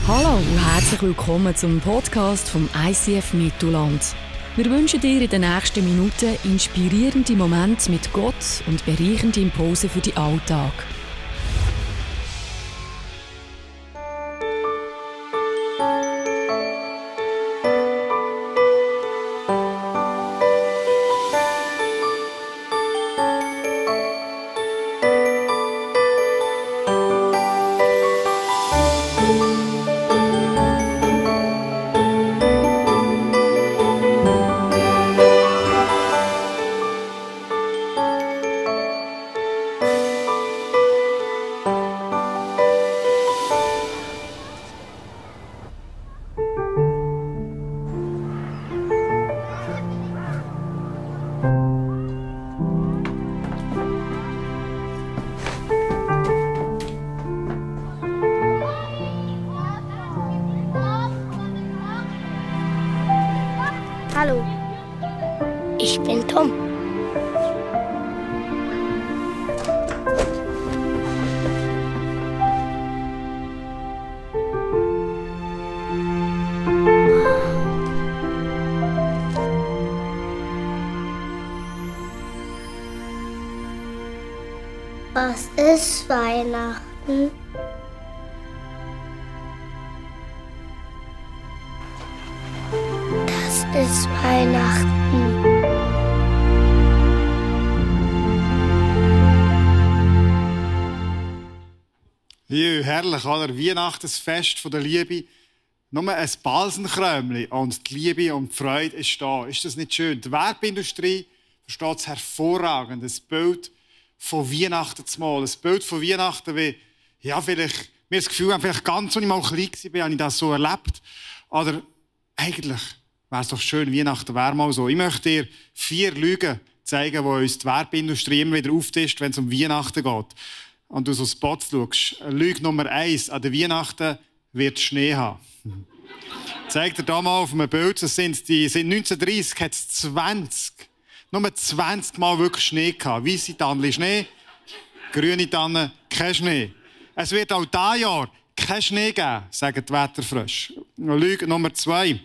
Hallo und herzlich willkommen zum Podcast vom ICF Mittelland. Wir wünschen dir in den nächsten Minuten inspirierende Momente mit Gott und bereichernde Impulse für den Alltag. Hallo, ich bin Tom. Was ist Weihnachten? Das ist Weihnachten. Ja, herrlich, oder? Weihnachtsfest der Liebe. Nur ein Balsenkrömli und die Liebe und die Freude ist da. Ist das nicht schön? Die Werbeindustrie versteht es hervorragend. Ein Bild von Weihnachten zu malen. Ein Bild von Weihnachten, wie, ja, vielleicht, mir das Gefühl, vielleicht ganz, als ich mal klein war, habe ich das so erlebt. Oder eigentlich wäre es doch schön, Weihnachten wäre mal so. Ich möchte dir 4 Lügen zeigen, die uns die Werbeindustrie immer wieder auftischt, wenn es um Weihnachten geht. Und du so Spots schaust. Lüge Nummer 1. An der Weihnachten wird es Schnee haben. Zeig dir da mal auf einem Bild, das sind 1930 hat es 20. Nur 20 Mal wirklich Schnee gehabt. Weisse Tannen Schnee, grüne Tannen kein Schnee. Es wird auch dieses Jahr kein Schnee geben, sagen die Wetterfrösche. Lüge Nummer 2.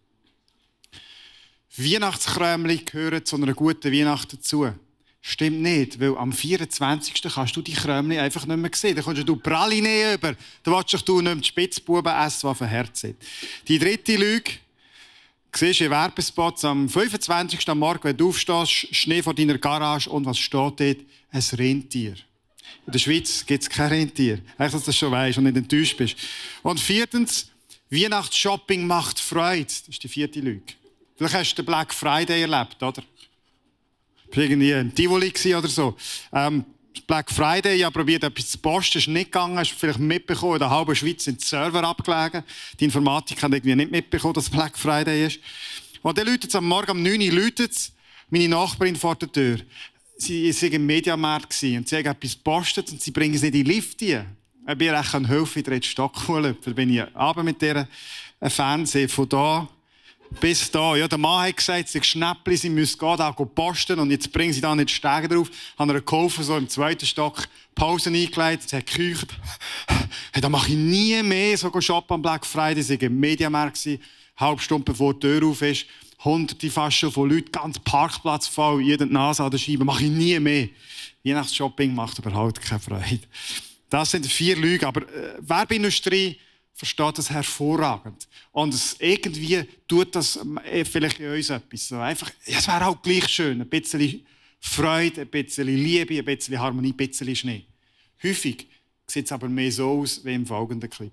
Weihnachtskrömli gehören zu einer guten Weihnacht dazu. Stimmt nicht, weil am 24. kannst du die Krömli einfach nicht mehr sehen. Da kommst du Praline über. Da willst du nicht mehr die Spitzbuben essen, die auf dem Herz sind. Die 3. Lüge. Du siehst in Werbespots am 25. am Morgen, wenn du aufstehst, Schnee vor deiner Garage und was steht dort? Ein Rentier. In der Schweiz gibt es kein Rentier. Echt, dass du das schon weißt und nicht enttäuscht bist. Und 4. Weihnachtsshopping macht Freude. Das ist die 4. Lüge. Vielleicht hast du den Black Friday erlebt, oder? Ich war irgendwie im Tivoli oder so. Black Friday, ich habe probiert, etwas zu posten, ist nicht gegangen. Hast du vielleicht mitbekommen, in der halben Schweiz sind die Server abgelegen. Die Informatik hat irgendwie nicht mitbekommen, dass es Black Friday ist. Und dann läutet es am Morgen um 9 Uhr, meine Nachbarin vor der Tür. Sie war im Mediamarkt und sie hat etwas gepostet und sie bringen es nicht in den Lift rein. Ob ihr euch helfen in den 3. Stock holen. Da bin ich runter mit dieser Fernsehen von da bis da. Ja, der Mann hat gesagt, sie Schnäppli, sie müssen da posten und jetzt bringen sie da nicht die Stege drauf. Haben ihr geholfen, so im 2. Stock, Pause eingelegt, sie hat gekücht. Hey, da mache ich nie mehr so shoppen am Black Friday. Sie war im Mediamarkt, eine halbe Stunde bevor die Tür auf ist. Hunderte fast schon von Leuten, ganz Parkplatz voll, jede Nase an der Scheibe. Mache ich nie mehr. Weihnachtsshopping macht überhaupt keine Freude. Das sind 4 Lügen, aber Werbeindustrie versteht das hervorragend. Und irgendwie tut das vielleicht in uns etwas. So einfach, ja, es wäre auch gleich schön. Ein bisschen Freude, ein bisschen Liebe, ein bisschen Harmonie, ein bisschen Schnee. Häufig sieht es aber mehr so aus wie im folgenden Clip.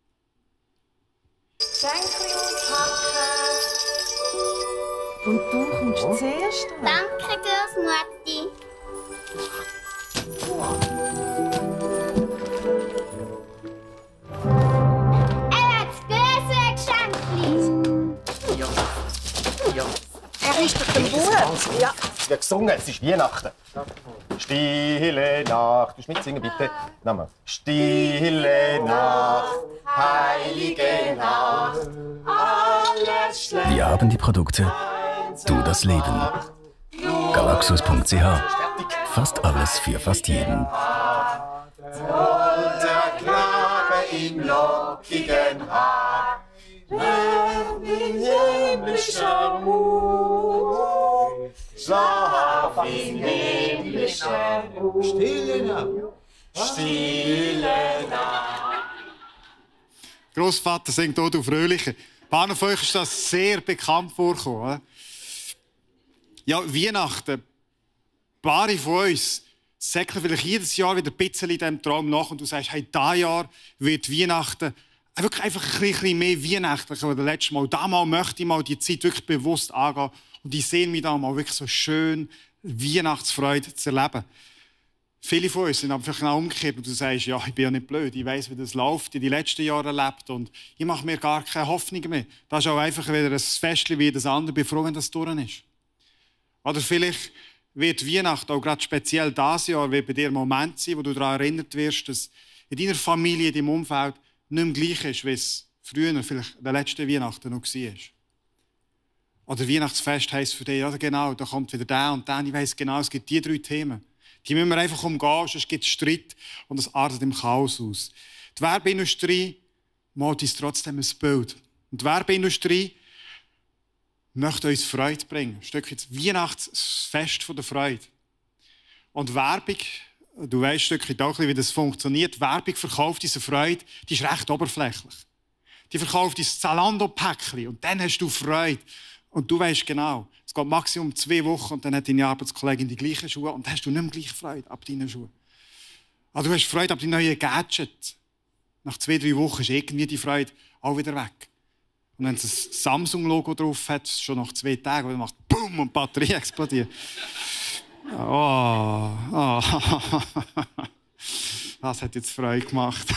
Geschenke auspacken. Und du kommst zuerst dran. Danke, Großmutti. Er ist doch der Bub. Ja. Ich habe gesungen, es ist Weihnachten. Stille Nacht. Du mitsingen, bitte. Nochmal. Stille Nacht, heilige Nacht. Alles schlecht. Wir haben die Produkte, du das Leben. Galaxus.ch. Fast alles für fast jeden. Unser Knabe im lockigen Haar. In himmlischer Ruhe, schlaf in himmlischer Ruhe. Stille Nacht, stille Nacht. Grossvater singt auch, du Fröhliche. Ein paar von euch ist das sehr bekannt vorgekommen. Oder? Ja, Weihnachten. Ein paar von uns säckeln vielleicht jedes Jahr wieder ein bisschen in diesem Traum nach und du sagst, hey, dieses Jahr wird Weihnachten wirklich einfach ein bisschen mehr weihnachtlich als das letzte Mal. Damals möchte ich mal die Zeit wirklich bewusst angehen und ich sehe mich da mal wirklich so schön Weihnachtsfreude zu erleben. Viele von uns sind einfach genau umgekehrt und du sagst, ja, ich bin ja nicht blöd, ich weiss, wie das läuft, in den letzten Jahren erlebt und ich mache mir gar keine Hoffnung mehr. Das ist auch einfach wieder ein Festchen wie das andere, ich bin froh, wenn das durch ist. Oder vielleicht wird Weihnachten auch gerade speziell dieses Jahr wird bei dir ein Moment sein, wo du daran erinnert wirst, dass in deiner Familie, in deinem Umfeld nicht mehr gleich ist, wie es früher, vielleicht der letzten Weihnachten noch war. Oder Weihnachtsfest heisst für dich, ja genau, da kommt wieder der und der. Ich weiss genau, es gibt die 3 Themen. Die müssen wir einfach umgehen, sonst gibt es Streit und es artet im Chaos aus. Die Werbeindustrie malt uns trotzdem ein Bild. Und die Werbeindustrie möchte uns Freude bringen. Ein Stück ins Weihnachtsfest der Freude. Und Werbung, du weißt ein Stückchen auch, wie das funktioniert. Werbung verkauft diese Freude, die ist recht oberflächlich. Die verkauft dieses Zalando-Päckchen und dann hast du Freude. Und du weißt genau, es geht maximum 2 Wochen und dann hat deine Arbeitskollegin die gleichen Schuhe und dann hast du nicht mehr gleich Freude ab deinen Schuhen. Also du hast Freude ab deinem neuen Gadget. Nach 2-3 Wochen ist irgendwie die Freude auch wieder weg. Und wenn es ein Samsung-Logo drauf hat, schon nach 2 Tagen, dann macht BUM und die Batterie explodiert. Oh. Das hat jetzt Freude gemacht.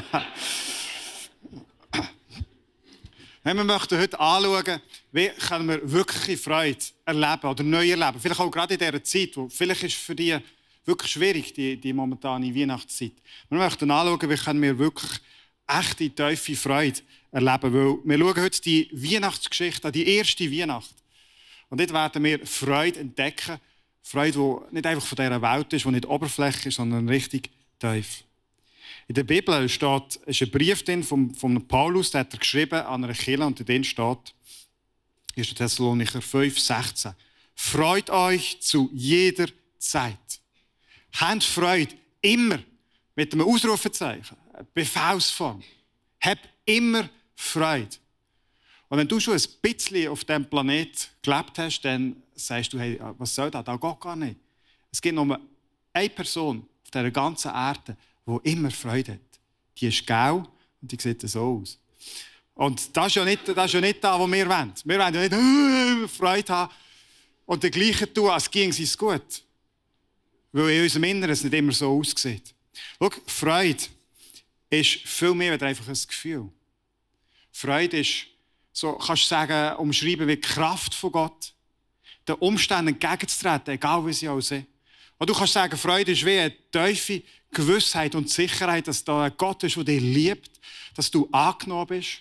Wir möchten heute anschauen, wie können wir wirkliche Freude erleben oder neu erleben. Vielleicht auch gerade in dieser Zeit, wo vielleicht ist für dich wirklich schwierig, die momentane Weihnachtszeit. Wir möchten anschauen, wie können wir wirklich echte, tiefe Freude erleben. Weil wir schauen heute die Weihnachtsgeschichte an, die erste Weihnacht. Und dort werden wir Freude entdecken. Freude, die nicht einfach von dieser Welt ist, die nicht oberflächlich ist, sondern richtig tief. In der Bibel ist ein Brief drin von Paulus, der hat er geschrieben an einer Kirche und in dem steht, 1. Thessalonicher 5,16. Freut euch zu jeder Zeit. Habt Freude immer mit einem Ausrufezeichen, Befehlsform. Hab immer Freude. Und wenn du schon ein bisschen auf diesem Planet gelebt hast, dann sagst du, hey, was soll das? Das geht gar nicht. Es gibt nur eine Person auf dieser ganzen Erde, die immer Freude hat. Die ist gelb und die sieht so aus. Und das ist ja nicht das, was wir wollen. Wir wollen ja nicht Freude haben und den gleichen tun, als ging es gut. Weil in unserem Inneren es nicht immer so aussieht. Schau, Freude ist viel mehr als einfach ein Gefühl. Freude ist, so kannst du sagen, umschreiben wie die Kraft von Gott, den Umständen entgegenzutreten, egal wie sie auch sind. Und du kannst sagen, Freude ist wie eine tiefe Gewissheit und Sicherheit, dass da ein Gott ist, der dich liebt, dass du angenommen bist,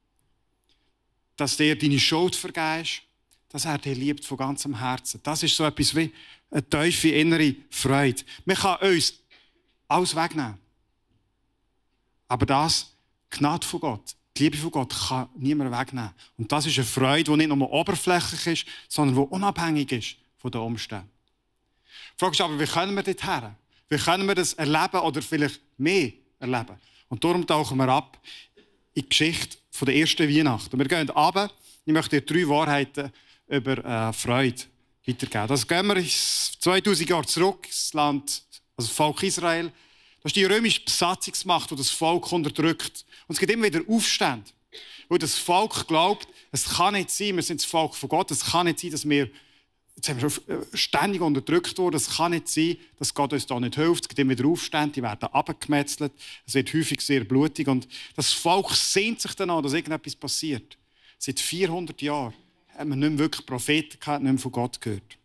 dass dir deine Schuld vergeben ist, dass er dich liebt von ganzem Herzen. Das ist so etwas wie eine tiefe innere Freude. Man kann uns alles wegnehmen. Aber das, die Gnade von Gott, die Liebe von Gott, kann niemand wegnehmen. Und das ist eine Freude, die nicht nur oberflächlich ist, sondern die unabhängig ist von den Umständen. Die Frage ist aber, wie können wir dort her? Wie können wir das erleben oder vielleicht mehr erleben? Und darum tauchen wir ab in die Geschichte der ersten Weihnacht. Und wir gehen runter. Ich möchte dir 3 Wahrheiten über Freude weitergeben. Das gehen wir 2000 Jahre zurück ins Land, also das Volk Israel. Das ist die römische Besatzungsmacht, die das Volk unterdrückt. Und es gibt immer wieder Aufstände. Weil das Volk glaubt, es kann nicht sein, wir sind das Volk von Gott, es kann nicht sein, dass wir jetzt haben wir schon ständig unterdrückt worden. Es kann nicht sein, dass Gott uns da nicht hilft. Es gibt immer wieder Aufstände, die werden abgemetzelt. Es wird häufig sehr blutig. Und das Volk sehnt sich danach, dass irgendetwas passiert. Seit 400 Jahren haben wir nicht mehr wirklich Propheten gehabt, nicht mehr von Gott gehört.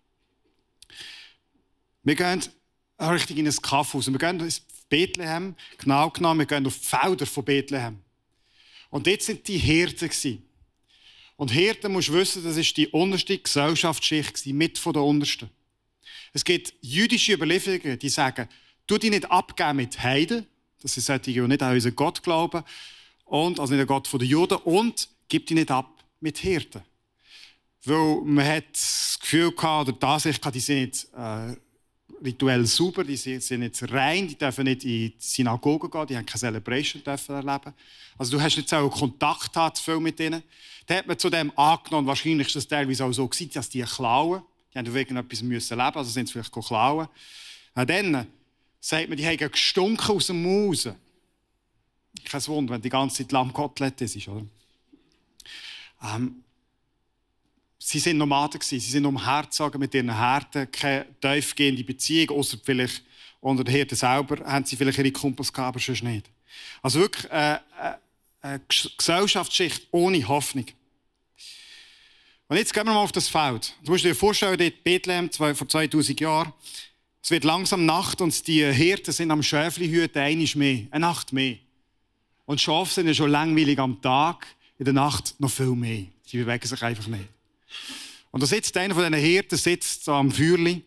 Wir gehen richtig in ein Kaufhaus. Wir gehen ins Bethlehem, genau genommen, wir gehen auf die Felder von Bethlehem. Und dort waren die Hirten. Und Hirten, musst du wissen, das ist die unterste Gesellschaftsschicht, mit von der untersten. Es gibt jüdische Überlieferungen, die sagen, tu dich nicht abgeben mit Heiden, Das sind solche, die nicht an unseren Gott glauben, und, also nicht an den Gott der Juden, und gibt ihn nicht ab mit Hirten. Weil man hat das Gefühl gehabt, oder die Ansicht gehabt, die sind nicht rituell sauber, die sind nicht rein, die dürfen nicht in die Synagoge gehen, die haben keine Celebration dürfen erleben. Also du hast nicht so Kontakt gehabt, viel mit ihnen. Dann hat man zu dem angenommen, wahrscheinlich ist das teilweise auch so gewesen, dass die klauen. Die haben wegen etwas müssen leben, also sind sie vielleicht klauen. Und dann sagt man, die haben gestunken aus dem Mund raus. Kein Wunder, wenn die ganze Zeit Lammkotelett ist, oder? Sie waren Nomaden, sie sind umhergezogen mit ihren Herden, keine tiefgehende Beziehung, außer vielleicht unter den Hirten selber haben sie vielleicht ihre Kumpels gehabt, aber sonst nicht. Also wirklich eine Gesellschaftsschicht ohne Hoffnung. Und jetzt gehen wir mal auf das Feld. Du musst dir vorstellen, dort Bethlehem vor 2000 Jahren, es wird langsam Nacht und die Hirten sind am Schäflihüten eine Nacht mehr. Und die Schafe sind ja schon langweilig am Tag, in der Nacht noch viel mehr. Sie bewegen sich einfach nicht. Und da sitzt einer von diesen Hirten so am Feuerli.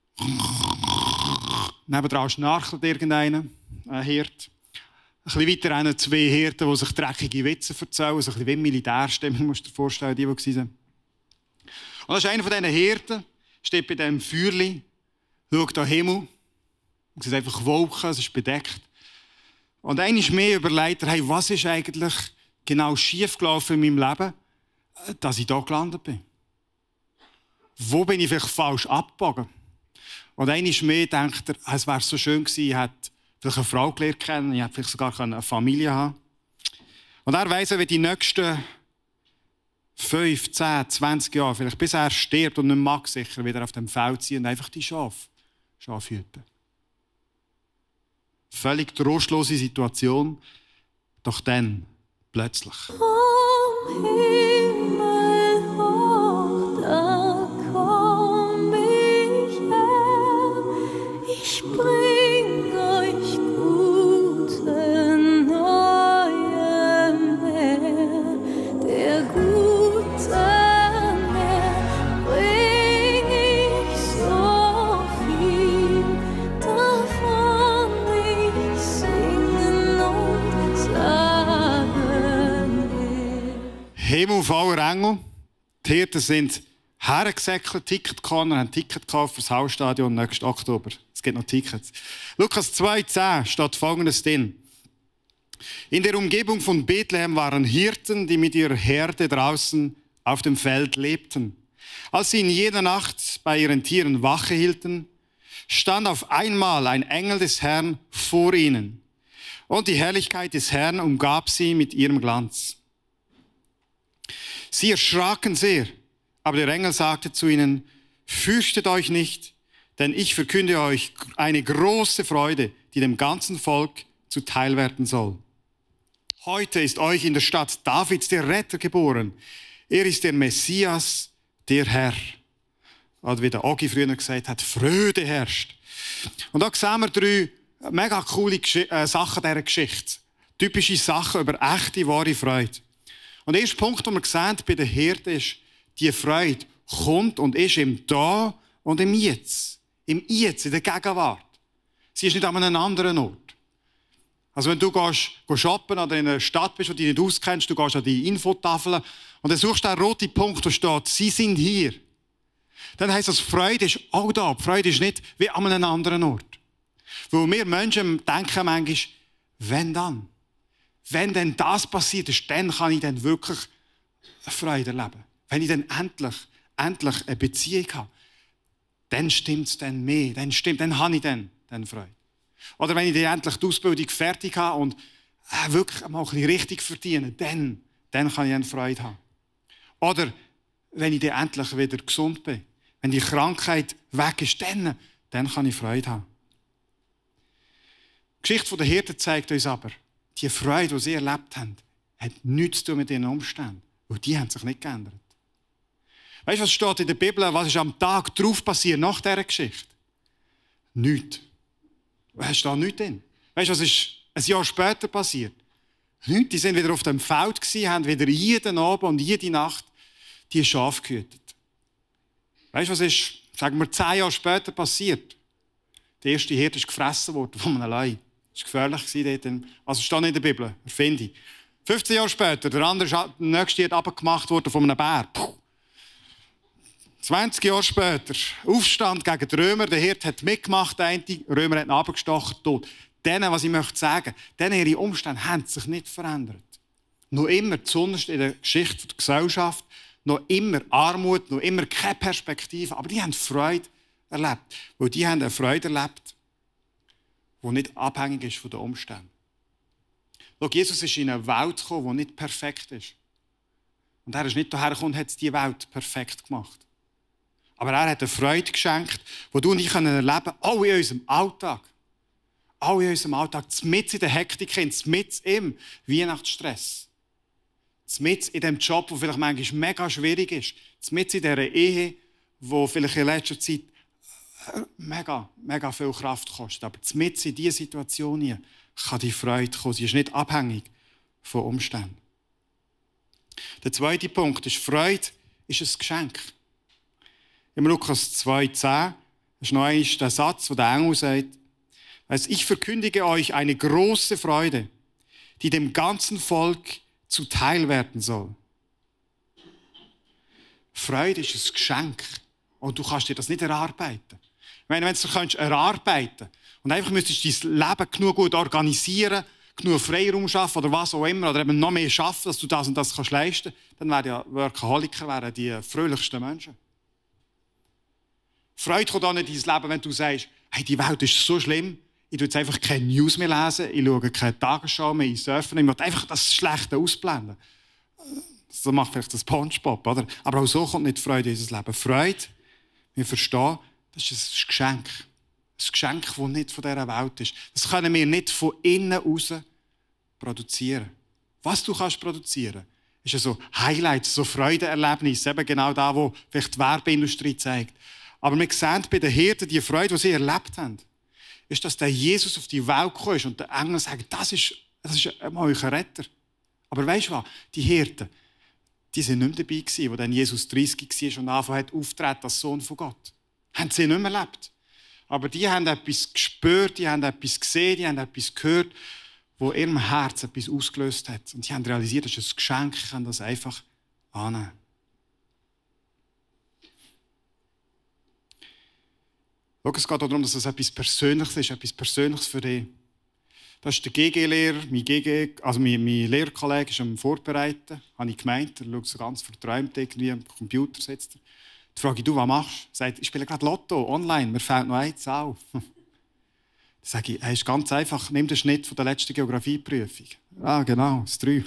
Nebendran schnarcht irgendeiner, ein Hirt. Ein bisschen weiter haben zwei Hirten, die sich dreckige Witze erzählen, so ein bisschen wie Militärstimmung, musst du dir vorstellen, die waren. Und da ist einer von diesen Hirten, steht bei diesem Feuerli, schaut an den Himmel, es sind einfach Wolken, es ist bedeckt. Und einmal mehr überlegt er, hey, was ist eigentlich genau schiefgelaufen in meinem Leben, dass ich hier gelandet bin? Wo bin ich vielleicht falsch abgebogen? Und einmal mehr denkt er, es wäre so schön gewesen, ich hätte vielleicht eine Frau gelernt kennen, ich hätte vielleicht sogar eine Familie haben. Und er weiss, er wird die nächsten 5, 10, 20 Jahre, vielleicht bis er stirbt und nicht mag, sicher wieder auf dem Feld ziehen und einfach die Schafe hüten. Völlig trostlose Situation, doch dann plötzlich. Himmel voller Engel. Die Hirten sind hergesäckelt, Ticketcorner, haben Ticket gekauft für das Hausstadion nächsten Oktober. Es gibt noch Tickets. Lukas 2,10 steht Folgendes drin. In der Umgebung von Bethlehem waren Hirten, die mit ihrer Herde draußen auf dem Feld lebten. Als sie in jeder Nacht bei ihren Tieren Wache hielten, stand auf einmal ein Engel des Herrn vor ihnen. Und die Herrlichkeit des Herrn umgab sie mit ihrem Glanz. Sie erschraken sehr, aber der Engel sagte zu ihnen, fürchtet euch nicht, denn ich verkünde euch eine große Freude, die dem ganzen Volk zuteil werden soll. Heute ist euch in der Stadt Davids der Retter geboren. Er ist der Messias, der Herr. Oder wie der Ogi früher gesagt hat, Freude herrscht. Und da sehen wir 3 mega coole Sachen dieser Geschichte. Typische Sachen über echte, wahre Freude. Und der erste Punkt, den wir sehen bei den Hirten, ist, die Freude kommt und ist im Da und im Jetzt. Im Jetzt, in der Gegenwart. Sie ist nicht an einem anderen Ort. Also wenn du gehst shoppen oder in einer Stadt bist, die du nicht auskennst, du gehst an die Infotafel und dann suchst du einen roten Punkt, wo steht, sie sind hier. Dann heisst das, Freude ist auch da. Die Freude ist nicht wie an einem anderen Ort. Weil wir Menschen denken manchmal, wenn dann? Wenn denn das passiert ist, dann kann ich dann wirklich Freude erleben. Wenn ich dann endlich eine Beziehung habe, dann stimmt es dann mehr. Dann habe ich dann Freude. Oder wenn ich dann endlich die Ausbildung fertig habe und wirklich mal ein bisschen richtig verdiene, dann kann ich dann Freude haben. Oder wenn ich dann endlich wieder gesund bin, wenn die Krankheit weg ist, dann kann ich Freude haben. Die Geschichte der Hirten zeigt uns aber, die Freude, die sie erlebt haben, hat nichts zu tun mit ihren Umständen. Weil die haben sich nicht geändert. Weißt du, was steht in der Bibel? Was ist am Tag darauf passiert, nach dieser Geschichte? Nichts. Es steht nichts drin. Weißt du, was ist ein Jahr später passiert? Nichts. Die sind wieder auf dem Feld gewesen, haben wieder jeden Abend und jede Nacht die Schafe gehütet. Weißt du, was ist, sagen wir, 10 Jahre später passiert? Der erste Hirte ist gefressen worden von einem Löwe. Das war gefährlich dort. Also steht in der Bibel, erfinde ich. 15 Jahre später, der andere ist nächstes Jahr abgemacht worden von einem Bär. 20 Jahre später, Aufstand gegen die Römer. Der Hirt hat mitgemacht, der eine Römer hat ihn abgestochen, tot. Denen, was ich möchte sagen, denen ihre Umstände haben sich nicht verändert. Noch immer zuunterst in der Geschichte der Gesellschaft, noch immer Armut, noch immer keine Perspektive. Aber die haben Freude erlebt. Weil die haben eine Freude erlebt, die nicht abhängig ist von den Umständen. Schau, Jesus ist in eine Welt gekommen, die nicht perfekt ist. Und er ist nicht hierher gekommen und hat diese Welt perfekt gemacht. Aber er hat eine Freude geschenkt, die du und ich erleben können, auch in unserem Alltag. Auch in unserem Alltag, mitten in der Hektik, mitten im Weihnachtsstress. Mitten in dem Job, der vielleicht manchmal mega schwierig ist. Mitten in dieser Ehe, die vielleicht in letzter Zeit mega viel Kraft kostet. Aber mitten in dieser Situation hier kann die Freude kommen. Sie ist nicht abhängig von Umständen. Der zweite Punkt ist, Freude ist ein Geschenk. Im Lukas 2,10 ist noch einmal der Satz, wo der Engel sagt, also ich verkündige euch eine große Freude, die dem ganzen Volk zuteil werden soll. Freude ist ein Geschenk. Und du kannst dir das nicht erarbeiten. Ich meine, wenn du es erarbeiten könntest und einfach müsstest du dein Leben genug gut organisieren, genug Freiraum schaffen oder was auch immer, oder eben noch mehr schaffen, dass du das und das kannst leisten kannst, dann wären ja Workaholiker die fröhlichsten Menschen. Freude kommt auch nicht in dein Leben, wenn du sagst, hey, die Welt ist so schlimm, ich tue jetzt einfach keine News mehr lesen, ich schaue keine Tagesschau mehr, ich surfe nicht, ich möchte einfach das Schlechte ausblenden. So macht vielleicht das SpongeBob, oder? Aber auch so kommt nicht Freude in unser Leben. Freude, wir verstehen, das ist ein Geschenk. Ein Geschenk, das nicht von dieser Welt ist. Das können wir nicht von innen raus produzieren. Was du kannst produzieren, ist ja so Highlights, so Freudeerlebnisse, eben genau da, wo vielleicht die Werbeindustrie zeigt. Aber wir sehen bei den Hirten die Freude, die sie erlebt haben, ist, dass der Jesus auf die Welt gekommen ist und der Engel sagt, das ist euer Retter. Aber weißt du was? Die Hirten, die sind nicht mehr dabei gewesen, wo dann Jesus 30 war und angefangen hat, auftreten als Sohn von Gott. Haben sie nicht mehr erlebt. Aber die haben etwas gespürt, die haben etwas gesehen, die haben etwas gehört, wo in ihrem Herz etwas ausgelöst hat. Und die haben realisiert, das ist ein Geschenk, ich kann das einfach annehmen. Schau, es geht darum, dass es etwas Persönliches ist, etwas Persönliches für dich. Das ist der GG-Lehrer, mein Lehrkollege ist am Vorbereiten, habe ich gemeint. Er schaut so ganz verträumt irgendwie am Computer sitzt. Da frage ich, du, was machst du? Er sagt, ich spiele gerade Lotto, online, mir fehlt noch eine Zahl. Dann sage ich, ist ganz einfach, nimm den Schnitt von der letzten Geografieprüfung. Ah, genau, das 3.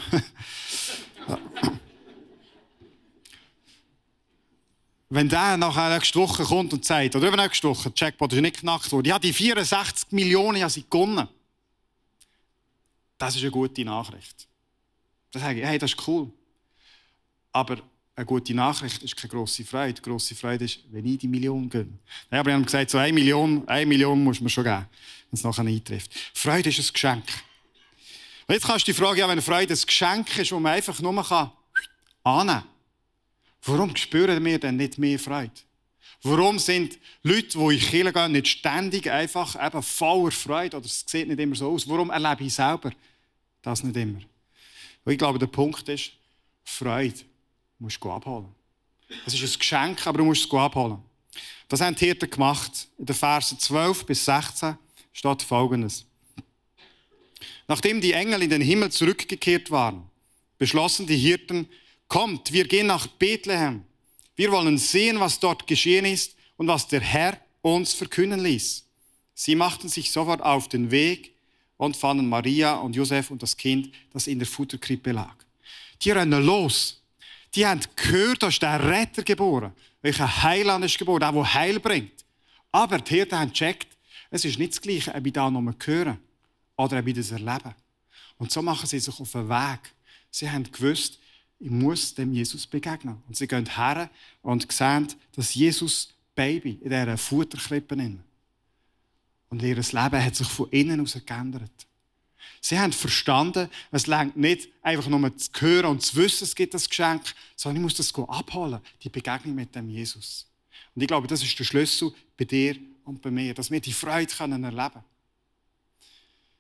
Wenn der nachher nächste Woche kommt und sagt, oder übernächste Woche, der Jackpot ist nicht geknackt worden, ich habe die 64 Millionen gewonnen. Das ist eine gute Nachricht. Dann sage ich, hey, das ist cool. Aber eine gute Nachricht ist keine grosse Freude. Die grosse Freude ist, wenn ich die Million gönne. Ja, aber ich habe gesagt, so 1 Million muss man schon geben, wenn es nachher eintrifft. Freude ist ein Geschenk. Und jetzt kannst du die Frage, ja, wenn Freude ein Geschenk ist, das man einfach nur annehmen kann, warum spüren wir denn nicht mehr Freude? Warum sind Leute, die in die Kirche gehen, nicht ständig einfach eben voller Freude? Oder es sieht nicht immer so aus. Warum erlebe ich selber das nicht immer? Und ich glaube, der Punkt ist, Freude musst du abholen. Es ist ein Geschenk, aber du musst es abholen. Das haben die Hirten gemacht. In den Versen 12 bis 16 steht Folgendes. Nachdem die Engel in den Himmel zurückgekehrt waren, beschlossen die Hirten, kommt, wir gehen nach Bethlehem. Wir wollen sehen, was dort geschehen ist und was der Herr uns verkünden ließ. Sie machten sich sofort auf den Weg und fanden Maria und Josef und das Kind, das in der Futterkrippe lag. Die rennen los. Die haben gehört, dass der Retter geboren, welcher Heiland ist geboren, der Heil bringt. Aber die Hirten haben gecheckt, es ist nicht das Gleiche, ob ich da nur höre oder ob ich das erlebe. Und so machen sie sich auf den Weg. Sie haben gewusst, ich muss dem Jesus begegnen. Und sie gehen her und sehen das Jesus-Baby in dieser Futterkrippe. Und ihr Leben hat sich von innen aus geändert. Sie haben verstanden, es reicht nicht, einfach nur zu hören und zu wissen, es gibt das Geschenk, sondern ich muss das abholen, die Begegnung mit dem Jesus. Und ich glaube, das ist der Schlüssel bei dir und bei mir, dass wir die Freude erleben können.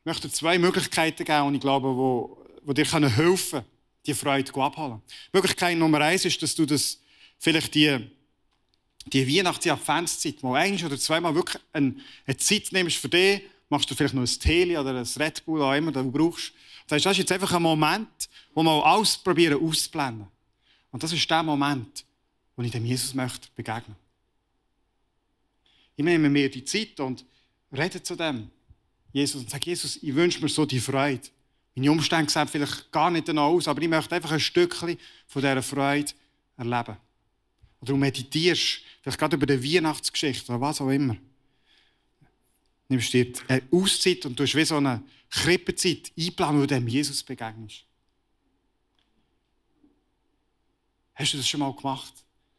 Ich möchte dir 2 Möglichkeiten geben, und ich glaube, wo dir helfen können, die Freude abholen. Möglichkeit Nummer 1 ist, dass du das vielleicht die Weihnachts-Adventszeit mal 1 oder 2 Mal wirklich eine Zeit nimmst für dich, machst du vielleicht noch ein Teli oder ein Red Bull, auch immer du brauchst. Das ist jetzt einfach ein Moment, wo wir alles probieren auszublenden. Und das ist der Moment, wo ich dem Jesus möchte begegnen. Ich nehme mir die Zeit und rede zu dem Jesus und sage, Jesus, ich wünsche mir so die Freude. Meine Umstände sehen vielleicht gar nicht danach aus, aber ich möchte einfach ein Stückchen von dieser Freude erleben. Oder du meditierst, vielleicht gerade über die Weihnachtsgeschichte oder was auch immer. Nimmst dir eine Auszeit und tust wie so eine Krippenzeit einplanen, wo du dem Jesus begegnest. Hast du das schon mal gemacht?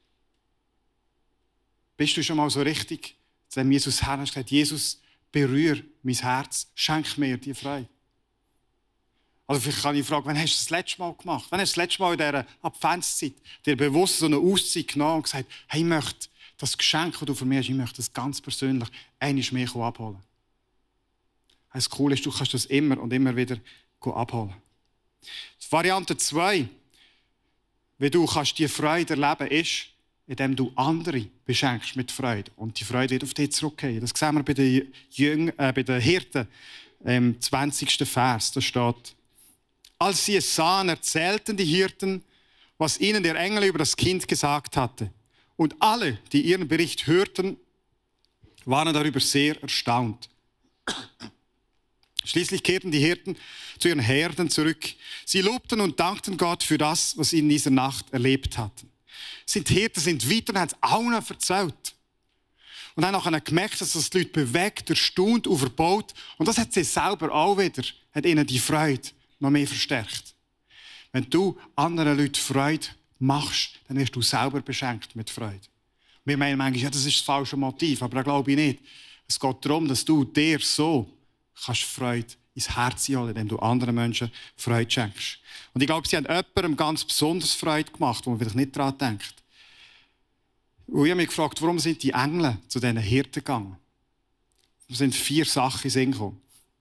Bist du schon mal so richtig zu dem Jesus her und hast gesagt, Jesus, berühre mein Herz, schenk mir die Freude? Also vielleicht kann ich fragen, wann hast du das letzte Mal gemacht? Wann hast du das letzte Mal in dieser Adventszeit dir bewusst so eine Auszeit genommen und gesagt, hey, ich möchte das Geschenk, das du für mich hast, ich möchte das ganz persönlich einmal mehr abholen. Das Coole ist, du kannst das immer und immer wieder abholen. Variante 2, wie du die Freude erleben kannst, ist, indem du andere beschenkst mit Freude. Und die Freude wird auf dich zurückgehen. Das sehen wir bei den Hirten im 20. Vers. Da steht, als sie es sahen, erzählten die Hirten, was ihnen der Engel über das Kind gesagt hatte. Und alle, die ihren Bericht hörten, waren darüber sehr erstaunt. Schließlich kehrten die Hirten zu ihren Herden zurück. Sie lobten und dankten Gott für das, was sie in dieser Nacht erlebt hatten. Die Hirten sind weiter und haben es allen erzählt. Und haben nachher gemerkt, dass das die Leute bewegt, erstaunt und verbaut. Und das hat sie selber auch wieder, hat ihnen die Freude noch mehr verstärkt. Wenn du anderen Leuten Freude machst, dann wirst du selber beschenkt mit Freude. Wir meinen manchmal, ja, das ist das falsche Motiv, aber das glaube ich nicht. Es geht darum, dass du dir so kannst Freude ins Herz holen, indem du anderen Menschen Freude schenkst. Und ich glaube, sie haben jemandem ganz besonders Freude gemacht, wo man vielleicht nicht daran denkt. Und ich habe mich gefragt, warum sind die Engel zu diesen Hirten gegangen? Es sind 4 Sachen in den Sinn gekommen.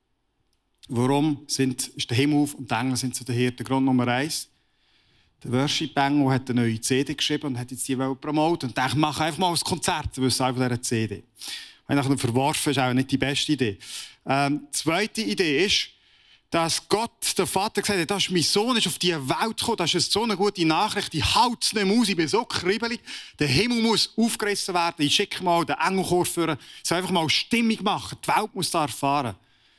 Warum ist der Himmel auf und die Engel sind zu den Hirten? Grund Nummer 1. Der Worship-Engel hat eine neue CD geschrieben und hat jetzt die promoten. Und dachte, mach einfach mal ein Konzert, von dieser CD. Habe ich nachher verworfen, ist auch nicht die beste Idee. Zweite Idee ist, dass Gott, der Vater, gesagt hat, das ist mein Sohn, ist auf diese Welt gekommen, das ist so eine gute Nachricht, ich halte es nicht mehr aus, ich bin so kribbelig, der Himmel muss aufgerissen werden, ich schicke mal den Engelchor führen, ich soll einfach mal Stimmung machen, die Welt muss da erfahren.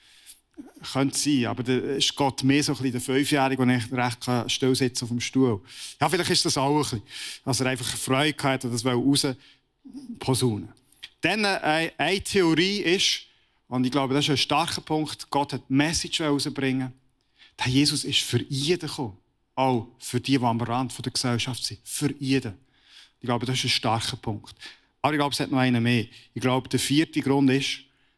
Könnte sein, aber da ist Gott mehr so ein bisschen der 5-Jährige, der nicht recht still sitzen auf dem Stuhl. Ja, vielleicht ist das auch ein bisschen, dass er einfach Freude hatte, das rausposaunen. Dann eine Theorie ist, und ich glaube, das ist ein starker Punkt, Gott hat die Message herausbringen. Der Jesus ist für jeden gekommen. Auch für die am Rand der Gesellschaft sind. Für jeden. Ich glaube, das ist ein starker Punkt. Aber ich glaube, es hat noch einen mehr. Ich glaube, der 4. Grund ist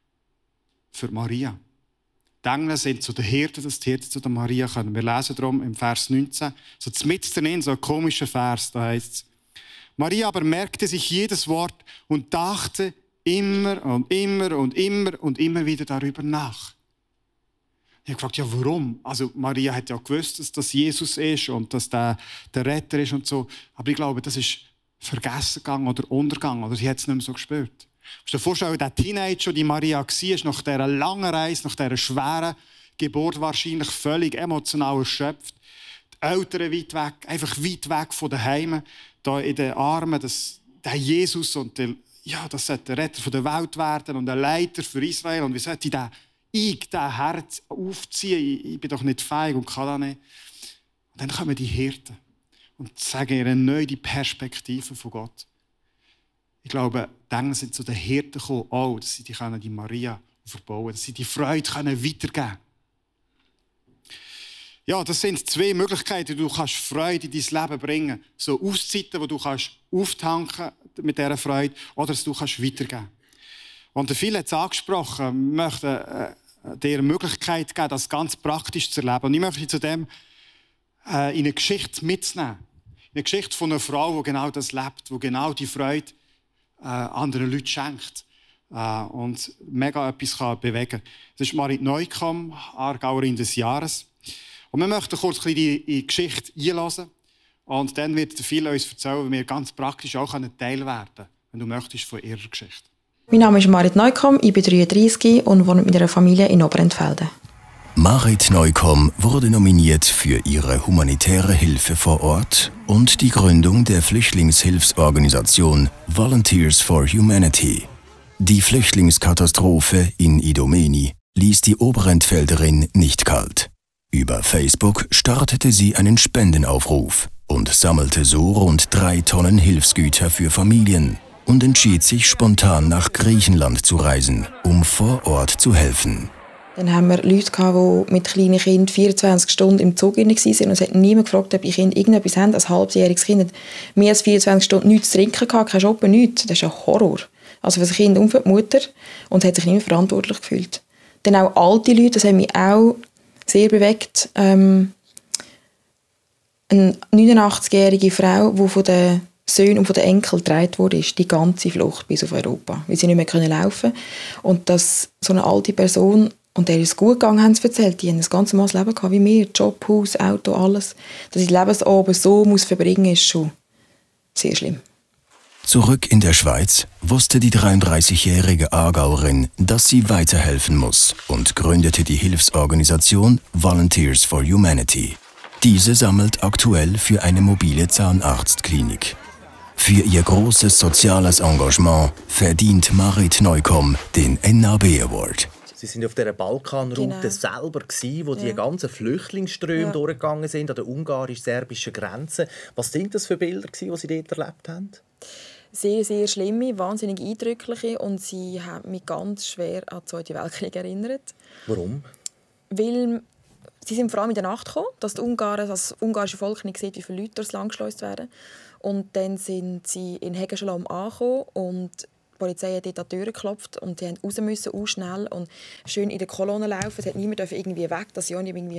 für Maria. Die Engel sind zu den Hirten, dass die Hirten zu der Maria kommen. Wir lesen darum im Vers 19, so mitten drin, so ein komischer Vers, da heißt es, Maria aber merkte sich jedes Wort und dachte immer und immer und immer und immer wieder darüber nach. Ich habe gefragt, ja warum? Also Maria hat ja gewusst, dass das Jesus ist und dass der Retter ist und so. Aber ich glaube, das ist vergessen gegangen oder untergegangen oder sie hat es nicht mehr so gespürt. Kannst du dir vorstellen, der Teenager, die Maria war, nach dieser langen Reise, nach dieser schweren Geburt wahrscheinlich völlig emotional erschöpft. Die Eltern weit weg, einfach weit weg von den Heimen, da in den Armen, der Jesus und das sollte der Retter der Welt werden und ein Leiter für Israel. Und wie sollte ich diesen Herz aufziehen? Ich bin doch nicht fähig und kann das nicht. Und dann kommen die Hirten und sagen ihnen neu die Perspektive von Gott. Ich glaube, die Engel sind zu den Hirten gekommen, auch, dass sie die Maria verbauen können, dass sie die Freude weitergeben können. Ja, das sind 2 Möglichkeiten, du kannst Freude in dein Leben bringen. So Auszeiten, wo du kannst auftanken mit dieser Freude, oder dass du kannst weitergeben. Und der Phil hat es angesprochen, wir möchten dir eine Möglichkeit geben, das ganz praktisch zu erleben. Und ich möchte zu dem in eine Geschichte mitzunehmen. In eine Geschichte von einer Frau, die genau das lebt, die genau die Freude anderen Leuten schenkt. und mega etwas kann bewegen kann. Das ist Marit Neukomm, Aargauerin des Jahres. Und wir möchten kurz ein bisschen in die Geschichte einhören. Und dann wird viel uns erzählen, wie wir ganz praktisch auch Teil werden können, wenn du möchtest, von ihrer Geschichte. Mein Name ist Marit Neukomm, ich bin 33 und wohne mit meiner Familie in Oberentfelden. Marit Neukomm wurde nominiert für ihre humanitäre Hilfe vor Ort und die Gründung der Flüchtlingshilfsorganisation Volunteers for Humanity. Die Flüchtlingskatastrophe in Idomeni ließ die Oberentfelderin nicht kalt. Über Facebook startete sie einen Spendenaufruf und sammelte so rund 3 Tonnen Hilfsgüter für Familien und entschied sich spontan nach Griechenland zu reisen, um vor Ort zu helfen. Dann haben wir Leute gehabt, die mit kleinen Kindern 24 Stunden im Zug waren. Und es hat niemand gefragt, ob die Kinder irgendetwas haben. Als halbjähriges Kind hat mehr als 24 Stunden nichts zu trinken gehabt, kein Shoppen, nichts. Das ist ein Horror. Also für das Kind und für die Mutter. Und hat sich nicht mehr verantwortlich gefühlt. Dann auch alte Leute, das hat mich auch sehr bewegt. Eine 89-jährige Frau, die von den Söhnen und von den Enkeln getragen wurde, die ganze Flucht bis auf Europa, weil sie nicht mehr laufen konnten. Und dass so eine alte Person, und der ist es gut gegangen, haben sie erzählt, die haben ein ganz normales Leben gehabt, wie wir, Job, Haus, Auto, alles. Dass ich Lebensabend so muss verbringen muss, ist schon sehr schlimm. Zurück in der Schweiz wusste die 33-jährige Aargauerin, dass sie weiterhelfen muss und gründete die Hilfsorganisation Volunteers for Humanity. Diese sammelt aktuell für eine mobile Zahnarztklinik. Für ihr großes soziales Engagement verdient Marit Neukomm den NAB Award. Sie sind auf dieser Balkanroute selber gewesen, wo die ganzen Flüchtlingsströme durchgegangen sind, an der ungarisch-serbischen Grenze. Was sind das für Bilder, die Sie dort erlebt haben? Sehr, sehr schlimme, wahnsinnig eindrückliche, und sie haben mich ganz schwer an den Zweiten Weltkrieg erinnert. Warum? Weil sie sind vor allem in der Nacht gekommen, dass die Ungarn, das ungarische Volk nicht sieht, wie viele Leute durchs Land geschleust werden. Und dann sind sie in Hegeschalom angekommen und die Polizei hat dort an die Tür geklopft und die mussten raus müssen, schnell und schön in der Kolonne laufen. Es hat niemand irgendwie weg, dass ich auch nicht irgendwie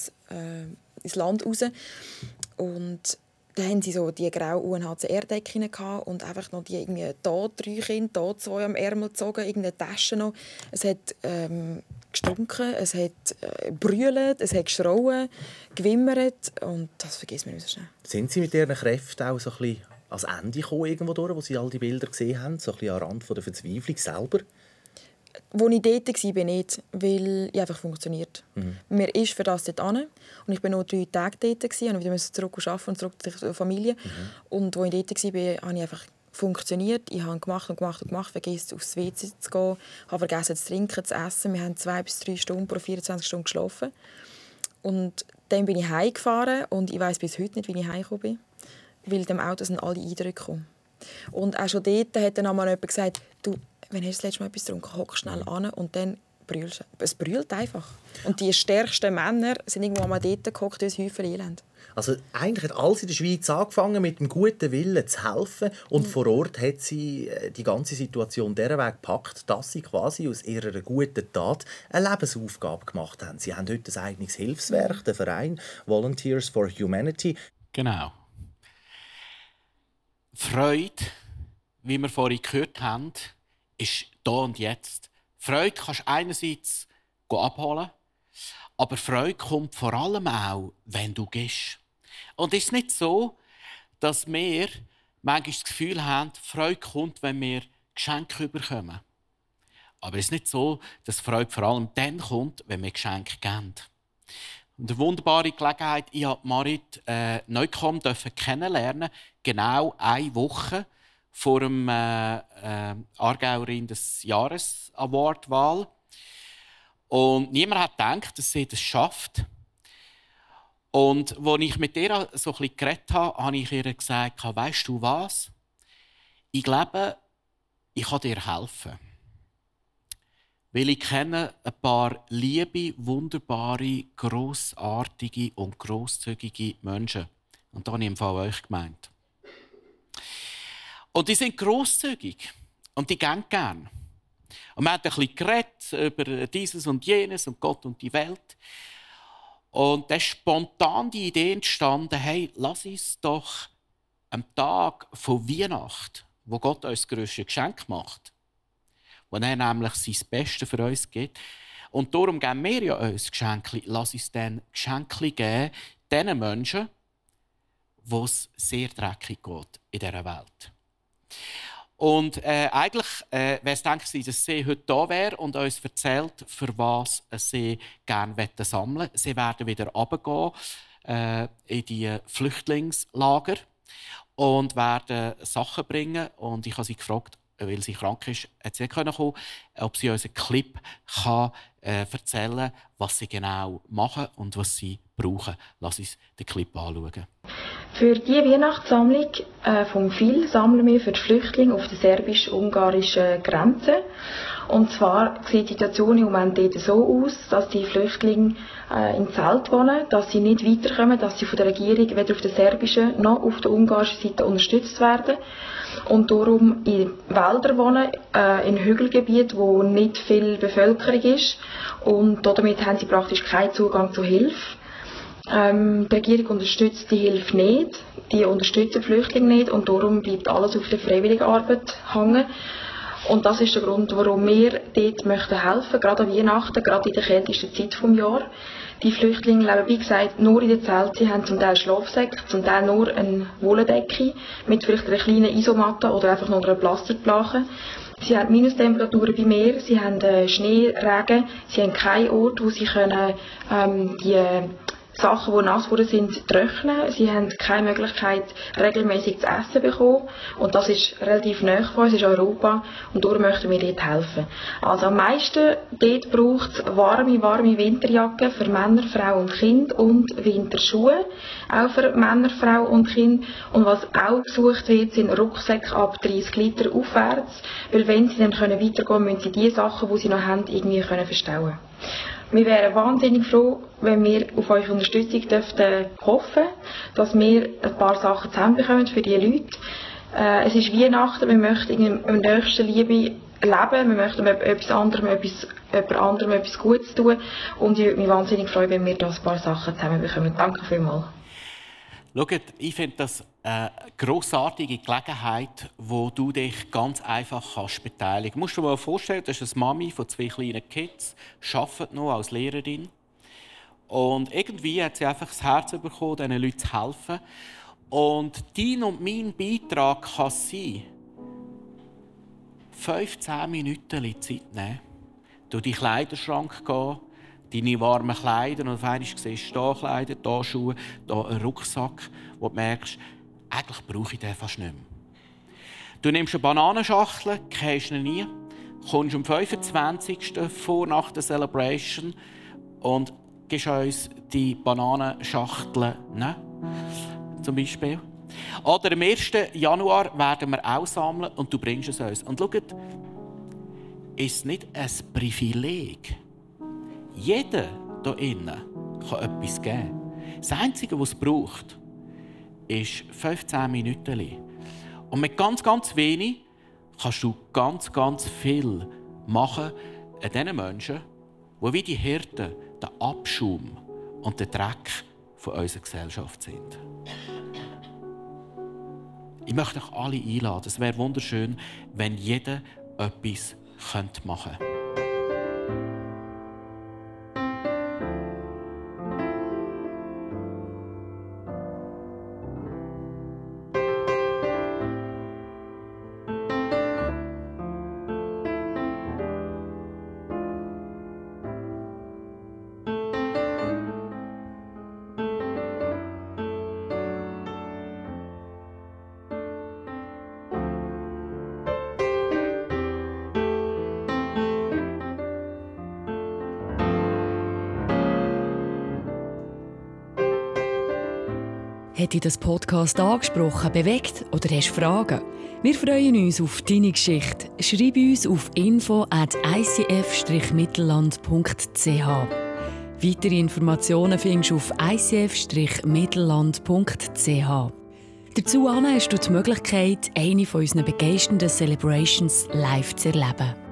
ins Land raus. Und dann haben sie so die graue UNHCR-Decke und einfach noch die irgendwie da 3 Kinder, da 2 am Ärmel gezogen, irgendeine Tasche noch. Es hat gestunken, es hat brüllt, es hat geschrauen, gewimmert und das vergisst man nicht so schnell. Sind Sie mit Ihren Kräften auch so ein bisschen ans Ende gekommen, irgendwo durch, wo Sie all die Bilder gesehen haben, so ein bisschen am Rand der Verzweiflung selber? Als ich dort war, bin ich nicht, weil ich einfach funktioniert. Mir ist für das dort hin. Und ich war nur 3 Tage dort und wieder zurück arbeiten und zurück zur Familie. Und als ich dort war, habe ich einfach funktioniert. Ich habe gemacht, vergessen aufs WC zu gehen, habe vergessen zu trinken, zu essen. Wir haben 2 bis 3 Stunden pro 24 Stunden geschlafen. Und dann bin ich heimgefahren und ich weiss bis heute nicht, wie ich heimgekommen bin. Weil in dem Auto sind alle Eindrücke gekommen. Und auch schon dort hat dann einmal jemand gesagt, du, wenn hast du das letzte Mal etwas getrunken, hock schnell an und dann brüllst du. Es brüllt einfach. Und die stärksten Männer sind irgendwo einmal dort gehockt, wie ein Häufchen Elend. Also eigentlich hat alles in der Schweiz angefangen mit dem guten Willen zu helfen und vor Ort hat sie die ganze Situation dieser Weg gepackt, dass sie quasi aus ihrer guten Tat eine Lebensaufgabe gemacht haben. Sie haben heute ein eigenes Hilfswerk, den Verein Volunteers for Humanity. Genau. Freude, wie wir vorhin gehört haben, ist da und jetzt. Freude kannst du einerseits abholen, aber Freude kommt vor allem auch, wenn du gehst. Und es ist nicht so, dass wir manchmal das Gefühl haben, Freude kommt, wenn wir Geschenke bekommen. Aber es ist nicht so, dass Freude vor allem dann kommt, wenn wir Geschenke geben. Und eine wunderbare Gelegenheit, ich durfte Marit Neukomm kennenlernen, genau 1 Woche vor dem Aargauerin des Jahres Award-Wahl. Und niemand hat gedacht, dass sie das schafft. Und als ich mit ihr so ein bisschen geredet habe, habe ich ihr gesagt, weisst du was? Ich glaube, ich kann dir helfen. Weil ich kenne ein paar liebe, wunderbare, grossartige und grosszügige Menschen. Und da habe ich im Fall euch gemeint. Und die sind grosszügig und die gehen gerne. Und wir haben ein bisschen geredet über dieses und jenes und Gott und die Welt. Und da ist spontan die Idee entstanden, hey, lass uns doch am Tag von Weihnachten, wo Gott uns das grösste Geschenk macht, wo er nämlich sein Bestes für uns gibt. Und darum geben wir ja uns Geschenke. Lass uns dann Geschenke geben, diesen Menschen, wo es sehr dreckig geht in dieser Welt. Und eigentlich wäre es gedacht, dass sie heute da wäre und uns erzählt, für was sie gerne sammeln wollen. Sie werden wieder runtergehen in die Flüchtlingslager und werden Sachen bringen. Und ich habe sie gefragt, weil sie krank ist, hat sie nicht kommen, ob sie uns einen Clip kann, erzählen kann, was sie genau machen und was sie brauchen. Lass uns den Clip anschauen. Für die Weihnachtssammlung vom FIL sammeln wir für die Flüchtlinge auf der serbisch-ungarischen Grenze. Und zwar sieht die Situation im Moment dort so aus, dass die Flüchtlinge im Zelt wohnen, dass sie nicht weiterkommen, dass sie von der Regierung weder auf der serbischen noch auf der ungarischen Seite unterstützt werden. Und darum in Wäldern wohnen, in Hügelgebieten, wo nicht viel Bevölkerung ist. Und damit haben sie praktisch keinen Zugang zu Hilfe. Die Regierung unterstützt die Hilfe nicht, die unterstützt die Flüchtlinge nicht und darum bleibt alles auf der Freiwilligenarbeit hängen. Und das ist der Grund, warum wir dort möchten helfen, gerade an Weihnachten, gerade in der kältesten Zeit des Jahres. Die Flüchtlinge leben, wie gesagt, nur in den Zelten. Sie haben zum Teil Schlafsäcke, zum Teil nur eine Wolldecke mit vielleicht einer kleinen Isomatte oder einfach nur einer Plastikplache. Sie haben Minustemperaturen bei Meer, sie haben Schnee, Regen, sie haben keinen Ort, wo sie können, die Sachen, die nass wurden, sind trocknen. Sie haben keine Möglichkeit, regelmäßig zu essen zu bekommen. Und das ist relativ nahe von uns, ist Europa. Und darum möchten wir dort helfen. Also am meisten dort braucht es warme Winterjacken für Männer, Frauen und Kinder und Winterschuhe, auch für Männer, Frauen und Kinder. Und was auch gesucht wird, sind Rucksäcke ab 30 Liter aufwärts. Weil wenn sie dann weitergehen können, müssen sie die Sachen, die sie noch haben, irgendwie verstauen. Wir wären wahnsinnig froh, wenn wir auf eure Unterstützung dürften hoffen, dass wir ein paar Sachen zusammenbekommen für diese Leute. Es ist Weihnachten, wir möchten in der nächsten Liebe leben, wir möchten jemand anderem etwas Gutes tun und ich würde mich wahnsinnig freuen, wenn wir da ein paar Sachen zusammenbekommen. Danke vielmals. Schaut, ich finde das eine grossartige Gelegenheit, wo du dich ganz einfach kannst beteiligen kannst. Du musst dir mal vorstellen, das ist eine Mami von 2 kleinen Kids, arbeitet noch als Lehrerin. Und irgendwie hat sie einfach das Herz bekommen, diesen Leuten zu helfen. Und dein und mein Beitrag kann sein, 15 Minuten Zeit nehmen, durch den Kleiderschrank gehen, deine warmen Kleider und auf einmal siehst du hier Kleider, hier Schuhe, hier einen Rucksack, wo du merkst, eigentlich brauche ich den fast nicht mehr. Du nimmst eine Bananenschachtel, gehst ihn nie, kommst am 25. vor nach der Celebration und gibst uns die Bananenschachtel, ne? Zum Beispiel. Oder am 1. Januar werden wir auch sammeln und du bringst es uns. Und schaut, ist es nicht ein Privileg? Jeder hier innen kann etwas geben. Das Einzige, was es braucht, ist 15 Minuten. Und mit ganz, ganz wenig kannst du ganz, ganz viel machen an diesen Menschen, die wie die Hirten der Abschaum und der Dreck von unserer Gesellschaft sind. Ich möchte euch alle einladen. Es wäre wunderschön, wenn jeder etwas machen könnte. Hat dich das Podcast angesprochen, bewegt oder hast du Fragen? Wir freuen uns auf deine Geschichte. Schreib uns auf info@icf-mittelland.ch. Weitere Informationen findest du auf icf-mittelland.ch. Dazu hast du die Möglichkeit, eine von unseren begeisternden Celebrations live zu erleben.